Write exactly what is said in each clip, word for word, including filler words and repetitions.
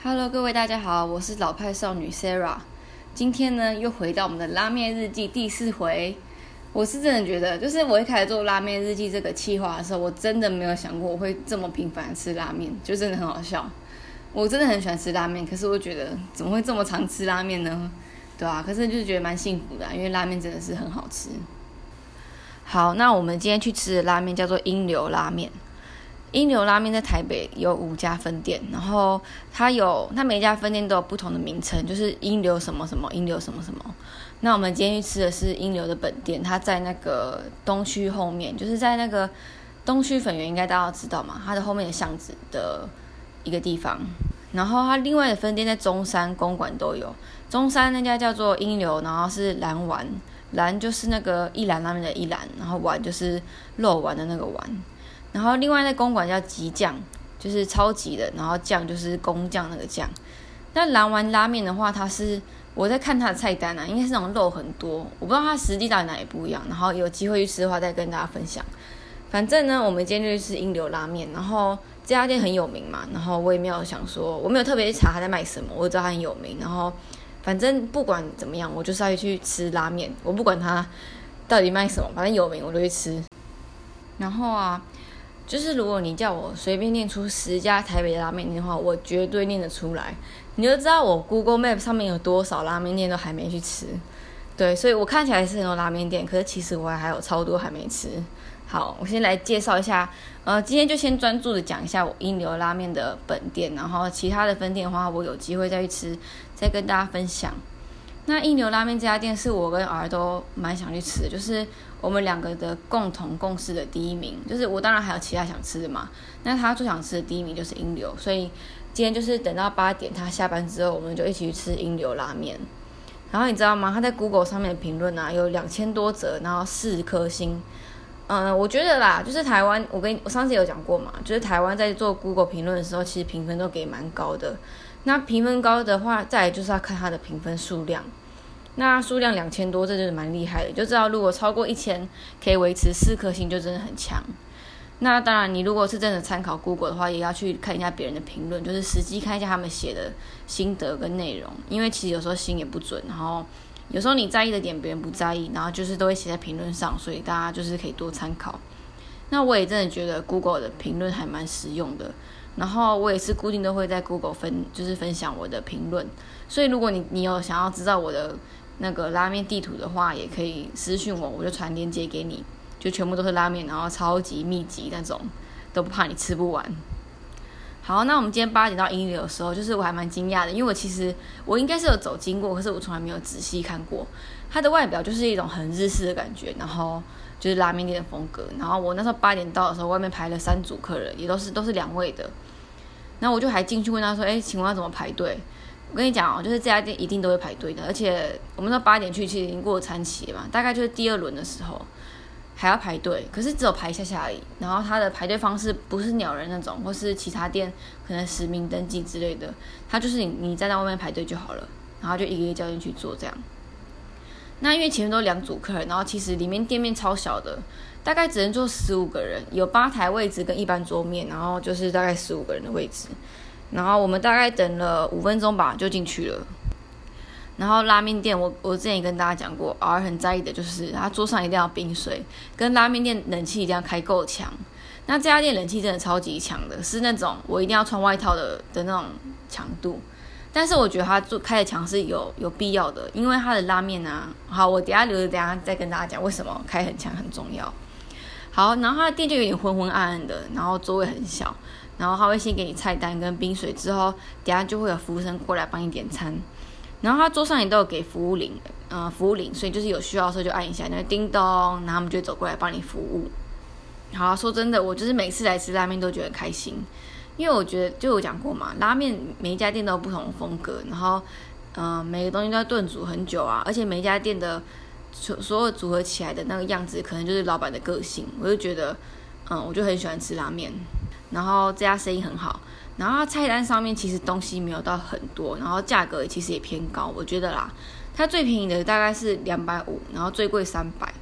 Hello，各位大家好，我是老派少女 Sarah。今天呢，又回到我们的拉面日记第四回。我是真的觉得，就是我一开始做拉面日记这个企划的时候，我真的没有想过我会这么频繁的吃拉面，就真的很好笑。我真的很喜欢吃拉面，可是我觉得怎么会这么常吃拉面呢？对啊，可是就是觉得蛮幸福的、啊，因为拉面真的是很好吃。好，那我们今天去吃的拉面叫做英流拉面。英流拉面在台北有五家分店，然后它有它每一家分店都有不同的名称，就是英流什么什么，英流什么什么。那我们今天去吃的是英流的本店，它在那个东区后面，就是在那个东区粉圆，应该大家都知道嘛，它的后面的巷子的一个地方。然后它另外的分店在中山、公馆都有。中山那家叫做英流，然后是蓝丸，蓝就是那个一兰拉面的一兰，然后丸就是肉丸的那个丸。然后另外在公馆叫极酱，就是超级的，然后酱就是工酱那个酱。那蓝丸拉面的话，它是我在看它的菜单啊，应该是那种肉很多，我不知道它实际到底哪里不一样。然后有机会去吃的话，再跟大家分享。反正呢，我们今天就去吃英流拉面，然后这家店很有名嘛，然后我也没有想说，我没有特别去查它在卖什么，我知道它很有名。然后反正不管怎么样，我就是要去吃拉面，我不管它到底卖什么，反正有名我就去吃。然后啊。就是如果你叫我随便念出十家台北的拉面店的话，我绝对念得出来。你就知道我 Google Map 上面有多少拉面店都还没去吃。对，所以我看起来是很多拉面店，可是其实我还有超多还没吃。好，我先来介绍一下，呃，今天就先专注的讲一下我英流拉面的本店，然后其他的分店的话，我有机会再去吃，再跟大家分享。那英流拉面这家店是我跟 R 都蛮想去吃的，就是我们两个的共同共识的第一名，就是我当然还有其他想吃的嘛，那他最想吃的第一名就是英流，所以今天就是等到八点他下班之后，我们就一起去吃英流拉面。然后你知道吗？他在 Google 上面的评论啊有两千多则，然后四颗星。嗯，我觉得啦，就是台湾，我跟我上次有讲过嘛，就是台湾在做 Google 评论的时候，其实评分都给蛮高的。那评分高的话，再来就是要看它的评分数量。那数量两千多，这就是蛮厉害的，就知道如果超过一千，可以维持四颗星，就真的很强。那当然，你如果是真的参考 Google 的话，也要去看一下别人的评论，就是实际看一下他们写的心得跟内容，因为其实有时候心也不准，然后有时候你在意的点别人不在意，然后就是都会写在评论上，所以大家就是可以多参考。那我也真的觉得 Google 的评论还蛮实用的。然后我也是固定都会在 Google 分，就是分享我的评论，所以如果你你有想要知道我的那个拉面地图的话，也可以私讯我，我就传链接给你，就全部都是拉面，然后超级密集那种，都不怕你吃不完。好，那我们今天八点到英流的时候，就是我还蛮惊讶的，因为我其实我应该是有走经过，可是我从来没有仔细看过它的外表，就是一种很日式的感觉，然后就是拉面店的风格。然后我那时候八点到的时候，外面排了三组客人，也都是都是两位的。然后我就还进去问他说：“哎，请问要怎么排队？”我跟你讲哦，就是这家店一定都会排队的，而且我们那八点去，其实已经过了餐期了嘛，大概就是第二轮的时候还要排队，可是只有排一下下而已。然后他的排队方式不是鸟人那种，或是其他店可能实名登记之类的，他就是你你站在外面排队就好了，然后就一个一个叫进去坐这样。那因为前面都两组客人，然后其实里面店面超小的，大概只能坐十五个人，有吧台位置跟一般桌面，然后就是大概十五个人的位置。然后我们大概等了五分钟吧，就进去了。然后拉面店我，我之前也跟大家讲过 ，R 很在意的就是他桌上一定要冰水，跟拉面店冷气一定要开够强。那这家店冷气真的超级强的，是那种我一定要穿外套的的那种强度。但是我觉得它做开的强是有有必要的，因为它的拉面啊，好，我等一下留着等一下再跟大家讲为什么开很强很重要。好，然后它的店就有点昏昏暗暗的，然后座位很小，然后他会先给你菜单跟冰水，之后等一下就会有服务生过来帮你点餐。然后他桌上也都有给服务铃，呃，服务铃，所以就是有需要的时候就按一下，那个叮咚，然后他们就会走过来帮你服务。好，说真的，我就是每次来吃拉面都觉得很开心。因为我觉得就有讲过嘛，拉面每一家店都有不同的风格，然后，呃，每个东西都要炖煮很久啊，而且每一家店的所有组合起来的那个样子，可能就是老板的个性。我就觉得，嗯，我就很喜欢吃拉面，然后这家生意很好，然后它菜单上面其实东西没有到很多，然后价格其实也偏高，我觉得啦，它最便宜的大概是两百五，然后最贵三百。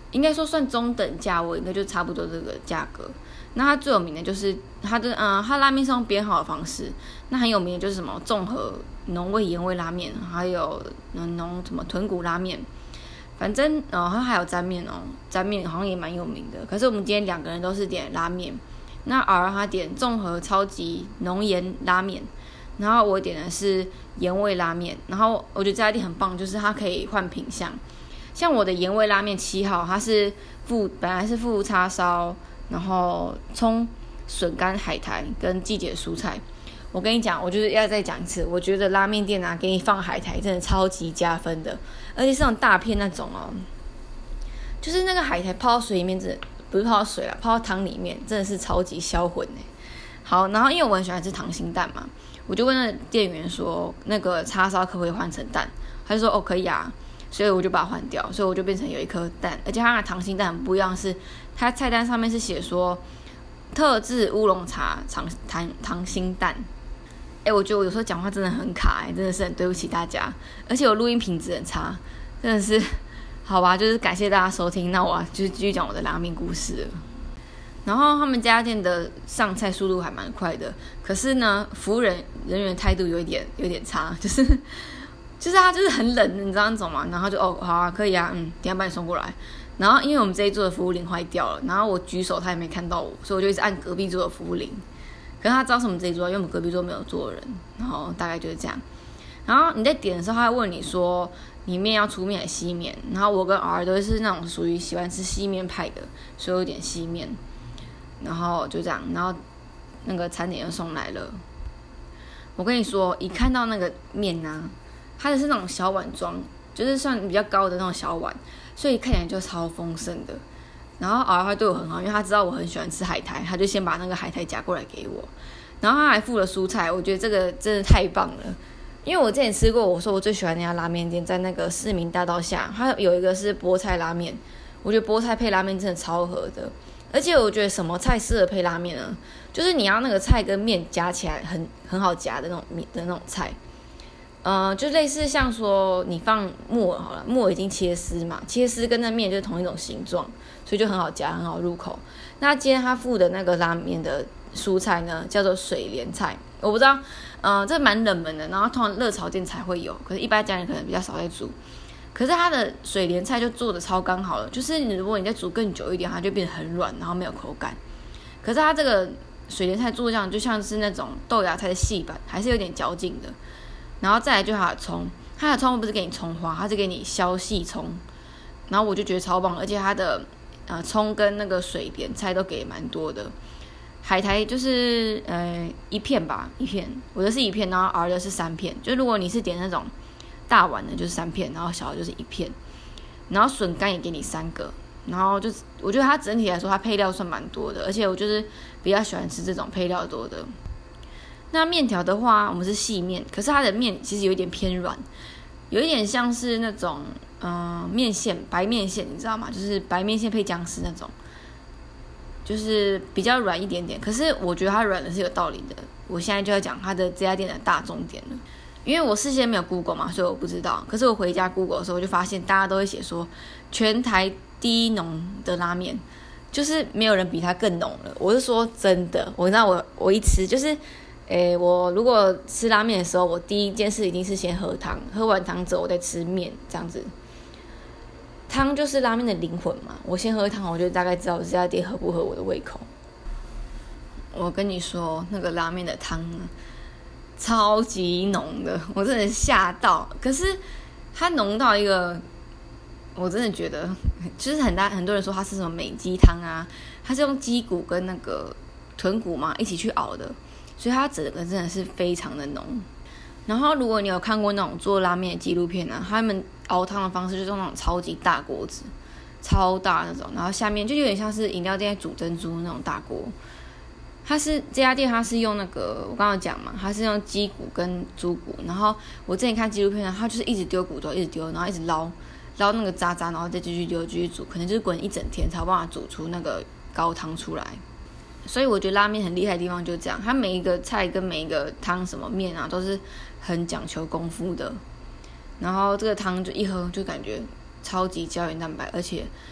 应该说算中等价位，应该就差不多这个价格。那它最有名的就是它的嗯，它拉面是用编号的方式。那很有名的就是什么综合浓味盐味拉面，还有浓什么豚骨拉面。反正呃，它还有沾面哦，沾面好像也蛮有名的。可是我们今天两个人都是点拉面。那 R 他点综合超级浓盐拉面，然后我点的是盐味拉面。然后我觉得这家店很棒，就是它可以换品项。像我的盐味拉面七号，它是附本来是附叉烧，然后葱、笋干、海苔跟季节蔬菜。我跟你讲，我就是要再讲一次，我觉得拉面店啊，给你放海苔真的超级加分的，而且是那种大片那种哦，就是那个海苔泡到水里面，真的不是泡到水啦，泡到汤里面，真的是超级销魂哎。好，然后因为我很喜欢吃溏心蛋嘛，我就问那个店员说，那个叉烧可不可以换成蛋？他就说哦可以啊，所以我就把它换掉，所以我就变成有一颗蛋，而且它的溏心蛋很不一样，是它菜单上面是写说特制乌龙茶溏溏溏心蛋。哎，我觉得我有时候讲话真的很卡，哎，真的是很对不起大家，而且我录音品质很差，真的是，好吧，就是感谢大家收听，那我就继续讲我的拉面故事了。然后他们家店的上菜速度还蛮快的，可是呢，服务人人员态度有一点有点差，就是就是他就是很冷，你知道那种吗？然后就哦好啊，可以啊，嗯，等一下把你送过来。然后因为我们这一桌的服务铃坏掉了，然后我举手他也没看到我，所以我就一直按隔壁桌的服务铃。可是他知道是我们这一桌，因为我们隔壁桌没有坐人，然后大概就是这样。然后你在点的时候，他会问你说你面要粗面还是细面？然后我跟 R 都是那种属于喜欢吃细面派的，所以有点细面。然后就这样，然后那个餐点就送来了。我跟你说，一看到那个面啊，它的是那种小碗装，就是算比较高的那种小碗，所以看起来就超丰盛的。然后 R 他对我很好，因为他知道我很喜欢吃海苔，他就先把那个海苔夹过来给我，然后他还附了蔬菜，我觉得这个真的太棒了。因为我之前吃过，我说我最喜欢那家拉面店，在那个市民大道下，它有一个是菠菜拉面，我觉得菠菜配拉面真的超合的。而且我觉得什么菜适合配拉面呢？就是你要那个菜跟面夹起来很很好夹的那种面的那种菜。呃，就类似像说你放木耳好了，木耳已经切丝嘛，切丝跟那面就是同一种形状，所以就很好夹，很好入口。那今天他附的那个拉面的蔬菜呢，叫做水莲菜，我不知道，呃，这蛮冷门的，然后通常热炒店才会有，可是一般家人可能比较少在煮。可是它的水莲菜就做的超刚好了，就是你如果你再煮更久一点，它就变得很软，然后没有口感。可是它这个水莲菜做这样，就像是那种豆芽菜的细版，还是有点嚼劲的。然后再来就是它的葱，它的葱不是给你葱花，它是给你削细葱，然后我就觉得超棒，而且它的呃葱跟那个水莲菜都给蛮多的。海苔就是呃一片吧，一片，我的是一片，然后 R 的是三片，就如果你是点那种大碗的就是三片，然后小的就是一片，然后笋干也给你三个，然后就我觉得它整体来说它配料算蛮多的，而且我就是比较喜欢吃这种配料多的。那面条的话，我们是细面，可是它的面其实有一点偏软，有一点像是那种嗯、呃、面线白面线，你知道吗？就是白面线配姜丝那种，就是比较软一点点。可是我觉得它软的是有道理的，我现在就要讲它的这家店的大重点了。因为我事先没有 Google 嘛，所以我不知道。可是我回家 Google 的时候，我就发现大家都会写说全台第一浓的拉面，就是没有人比它更浓了。我是说真的，我知道我我一吃就是，诶，我如果吃拉面的时候，我第一件事一定是先喝汤，喝完汤之后我再吃面，这样子。汤就是拉面的灵魂嘛，我先喝汤，我就大概知道这家店合不合我的胃口。我跟你说，那个拉面的汤呢，超级浓的，我真的吓到。可是它浓到一个，我真的觉得，就是很大很多人说它是什么美鸡汤啊，它是用鸡骨跟那个豚骨嘛一起去熬的，所以它整个真的是非常的浓。然后如果你有看过那种做拉面的纪录片啊，他们熬汤的方式就是用那种超级大锅子，超大那种，然后下面就有点像是饮料店在煮珍珠那种大锅。它是这家店，它是用那个我刚刚讲嘛，它是用鸡骨跟猪骨，然后我之前看纪录片，它就是一直丢骨头，一直丢，然后一直捞捞那个渣渣，然后再继续丢，继续煮，可能就是滚一整天才有办法煮出那个高汤出来。所以我觉得拉面很厉害的地方就是这样，它每一个菜跟每一个汤什么面啊，都是很讲求功夫的。然后这个汤就一喝就感觉超级胶原蛋白，而且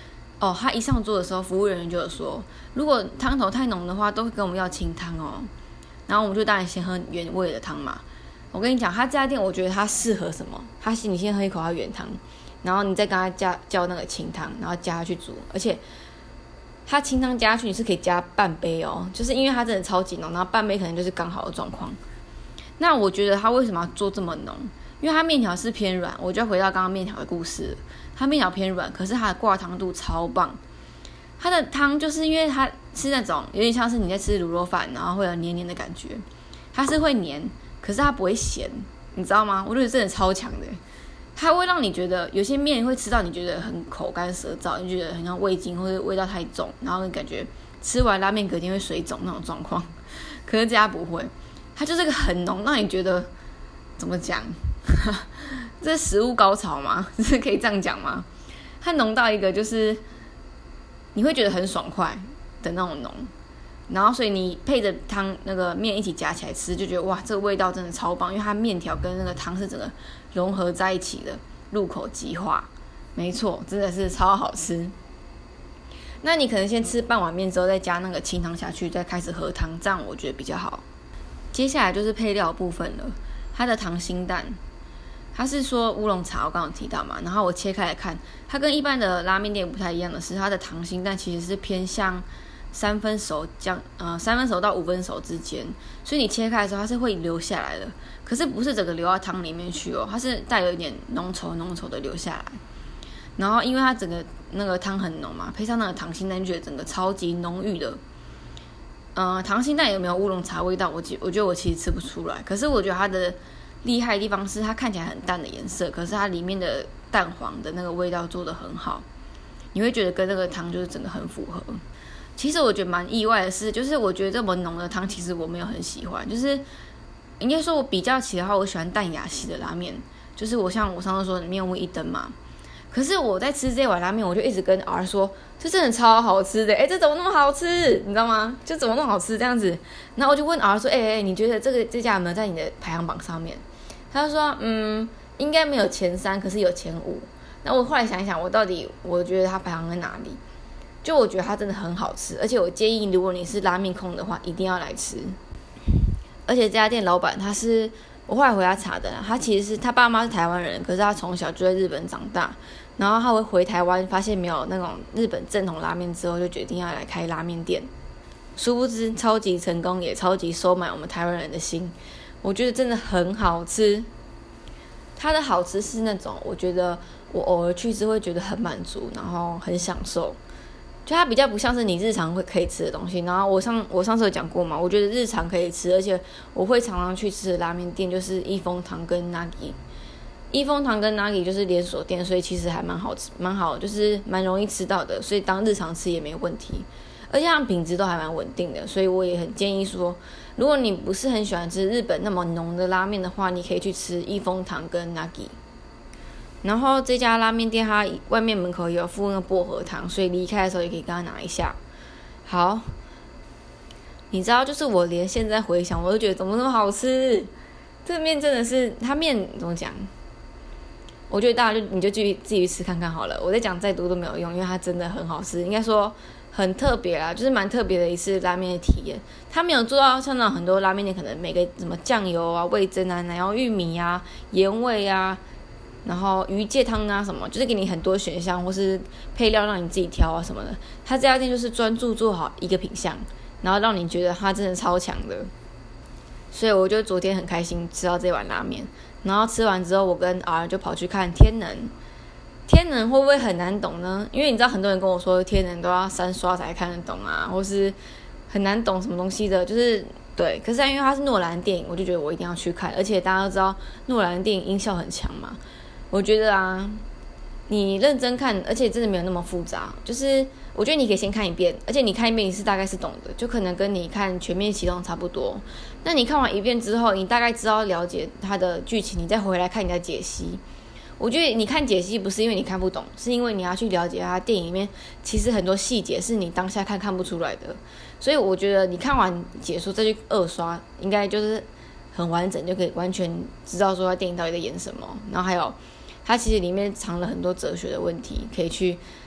哦，他一上桌的时候，服务人员就有说，如果汤头太浓的话，都会跟我们要清汤哦。然后我们就当然先喝原味的汤嘛。我跟你讲，他这家店我觉得他适合什么？他你先喝一口他原汤，然后你再跟他加叫那个清汤，然后加下去煮。而且他清汤加下去你是可以加半杯哦，就是因为它真的超级浓，然后半杯可能就是刚好的状况。那我觉得他为什么要做这么浓？因为它面条是偏软，我就回到刚刚面条的故事。它面条偏软，可是它的挂汤度超棒。它的汤就是因为它是那种有点像是你在吃卤肉饭，然后会有黏黏的感觉。它是会黏，可是它不会咸，你知道吗？我觉得真的超强的。它会让你觉得有些面会吃到你觉得很口干舌燥，你觉得很像味精或者味道太重，然后你感觉吃完拉面隔天会水肿那种状况。可是这家不会，它就是个很浓，让你觉得怎么讲？这是食物高潮吗？是可以这样讲吗？它浓到一个就是你会觉得很爽快的那种浓，然后所以你配着汤那个面一起夹起来吃，就觉得哇，这个味道真的超棒，因为它面条跟那个汤是整个融合在一起的，入口即化。没错，真的是超好吃。那你可能先吃半碗面之后，再加那个清汤下去，再开始喝汤，这样我觉得比较好。接下来就是配料部分了，它的溏心蛋。它是说乌龙茶，我刚刚有提到嘛，然后我切开来看，它跟一般的拉面店不太一样的是，它的溏心蛋其实是偏向三分熟将呃三分熟到五分熟之间，所以你切开的时候它是会流下来的，可是不是整个流到汤里面去哦，它是带有一点浓稠浓稠的流下来，然后因为它整个那个汤很浓嘛，配上那个溏心蛋，就觉得整个超级浓郁的。呃，溏心蛋有没有乌龙茶味道？我我觉得我其实吃不出来，可是我觉得它的厉害的地方是它看起来很淡的颜色，可是它里面的蛋黄的那个味道做得很好，你会觉得跟那个汤就是整个很符合。其实我觉得蛮意外的是，就是我觉得这么浓的汤其实我没有很喜欢，就是应该说我比较起来的话，我喜欢淡雅系的拉面，就是我像我上次说的面味一灯嘛。可是我在吃这碗拉面，我就一直跟 R 说，这真的超好吃的，哎，这怎么那么好吃？你知道吗？就怎么那么好吃这样子。然后我就问 R 说，哎哎，你觉得这个这家有没有在你的排行榜上面？他就说，嗯，应该没有前三，可是有前五。那我后来想一想，我到底我觉得它排行在哪里？就我觉得它真的很好吃，而且我建议如果你是拉面控的话，一定要来吃。而且这家店老板他是我后来回家查的啦，他其实是他爸妈是台湾人，可是他从小就在日本长大，然后他会回台湾发现没有那种日本正统拉面之后，就决定要来开拉面店。殊不知超级成功，也超级收买我们台湾人的心。我觉得真的很好吃，它的好吃是那种我觉得我偶尔去吃会觉得很满足，然后很享受。就它比较不像是你日常会可以吃的东西。然后我上我上次有讲过嘛，我觉得日常可以吃，而且我会常常去吃的拉面店就是一风堂跟 Nagi。一风堂跟 Nagi 就是连锁店，所以其实还蛮好吃，蛮好，就是蛮容易吃到的，所以当日常吃也没问题。而且它们品质都还蛮稳定的，所以我也很建议说，如果你不是很喜欢吃日本那么浓的拉面的话，你可以去吃一风堂跟 Nagi。然后这家拉面店它外面门口也有附那个薄荷糖，所以离开的时候也可以跟他拿一下。好，你知道就是我连现在回想我都觉得怎么那么好吃，这个面真的是它面怎么讲，我觉得大家就你就自己自己去吃看看好了，我再讲再多都没有用，因为它真的很好吃，应该说很特别啦，就是蛮特别的一次拉面的体验。它没有做到像那种很多拉面店可能每个什么酱油啊、味噌啊、奶油玉米啊、盐味啊，然后鱼介汤啊什么，就是给你很多选项或是配料让你自己挑啊什么的。它这家店就是专注做好一个品项，然后让你觉得它真的超强的。所以我就昨天很开心吃到这碗拉面，然后吃完之后我跟 R 就跑去看天能。天能会不会很难懂呢？因为你知道很多人跟我说天能都要三刷才看得懂啊，或是很难懂什么东西的，就是对。可是因为它是诺兰电影，我就觉得我一定要去看，而且大家都知道诺兰电影音效很强嘛。我觉得啊，你认真看，而且真的没有那么复杂。就是我觉得你可以先看一遍，而且你看一遍你是大概是懂的，就可能跟你看全面启动差不多。那你看完一遍之后，你大概知道了解它的剧情，你再回来看你的解析。我觉得你看解析不是因为你看不懂，是因为你要去了解它电影里面其实很多细节是你当下看看不出来的。所以我觉得你看完解说再去二刷，应该就是很完整，就可以完全知道说它电影到底在演什么。然后还有它其实里面藏了很多哲学的问题，可以去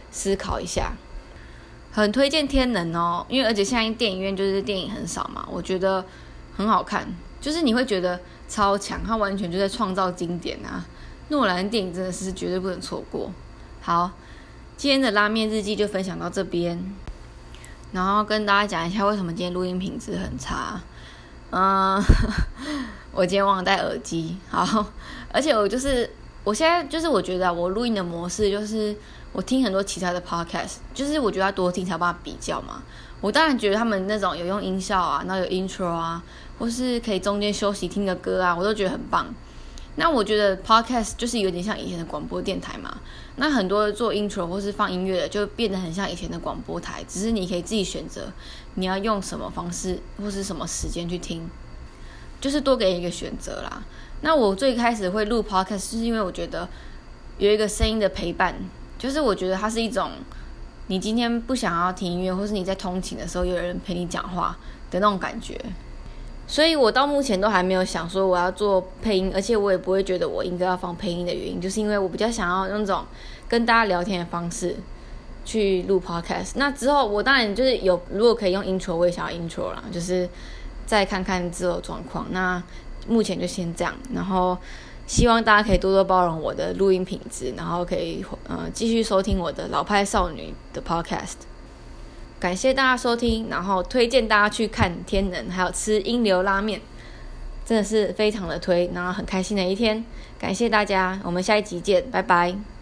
思考一下。很推荐天能哦，因为而且现在电影院就是电影很少嘛，我觉得很好看，就是你会觉得超强，他完全就在创造经典啊！诺兰的电影真的是绝对不能错过。好，今天的拉面日记就分享到这边，然后跟大家讲一下为什么今天录音品质很差。嗯，我今天忘了戴耳机，好，而且我就是我现在就是我觉得、啊、我录音的模式就是我听很多其他的 podcast， 就是我觉得要多听才有办法比较嘛。我当然觉得他们那种有用音效啊，然后有 intro 啊，或是可以中间休息听个歌啊，我都觉得很棒。那我觉得 podcast 就是有点像以前的广播电台嘛，那很多做 intro 或是放音乐的就变得很像以前的广播台，只是你可以自己选择你要用什么方式或是什么时间去听，就是多给一个选择啦。那我最开始会录 podcast 就是因为我觉得有一个声音的陪伴，就是我觉得它是一种你今天不想要听音乐，或是你在通勤的时候有人陪你讲话的那种感觉。所以我到目前都还没有想说我要做配音，而且我也不会觉得我应该要放配音的原因，就是因为我比较想要用这种跟大家聊天的方式去录 podcast。那之后我当然就是有，如果可以用 intro 我也想要 intro 啦，就是再看看之后状况。那目前就先这样，然后希望大家可以多多包容我的录音品质，然后可以呃继续收听我的老派少女的 podcast。感谢大家收听，然后推荐大家去看天能，还有吃英流拉面，真的是非常的推，然后很开心的一天。感谢大家，我们下一集见，拜拜。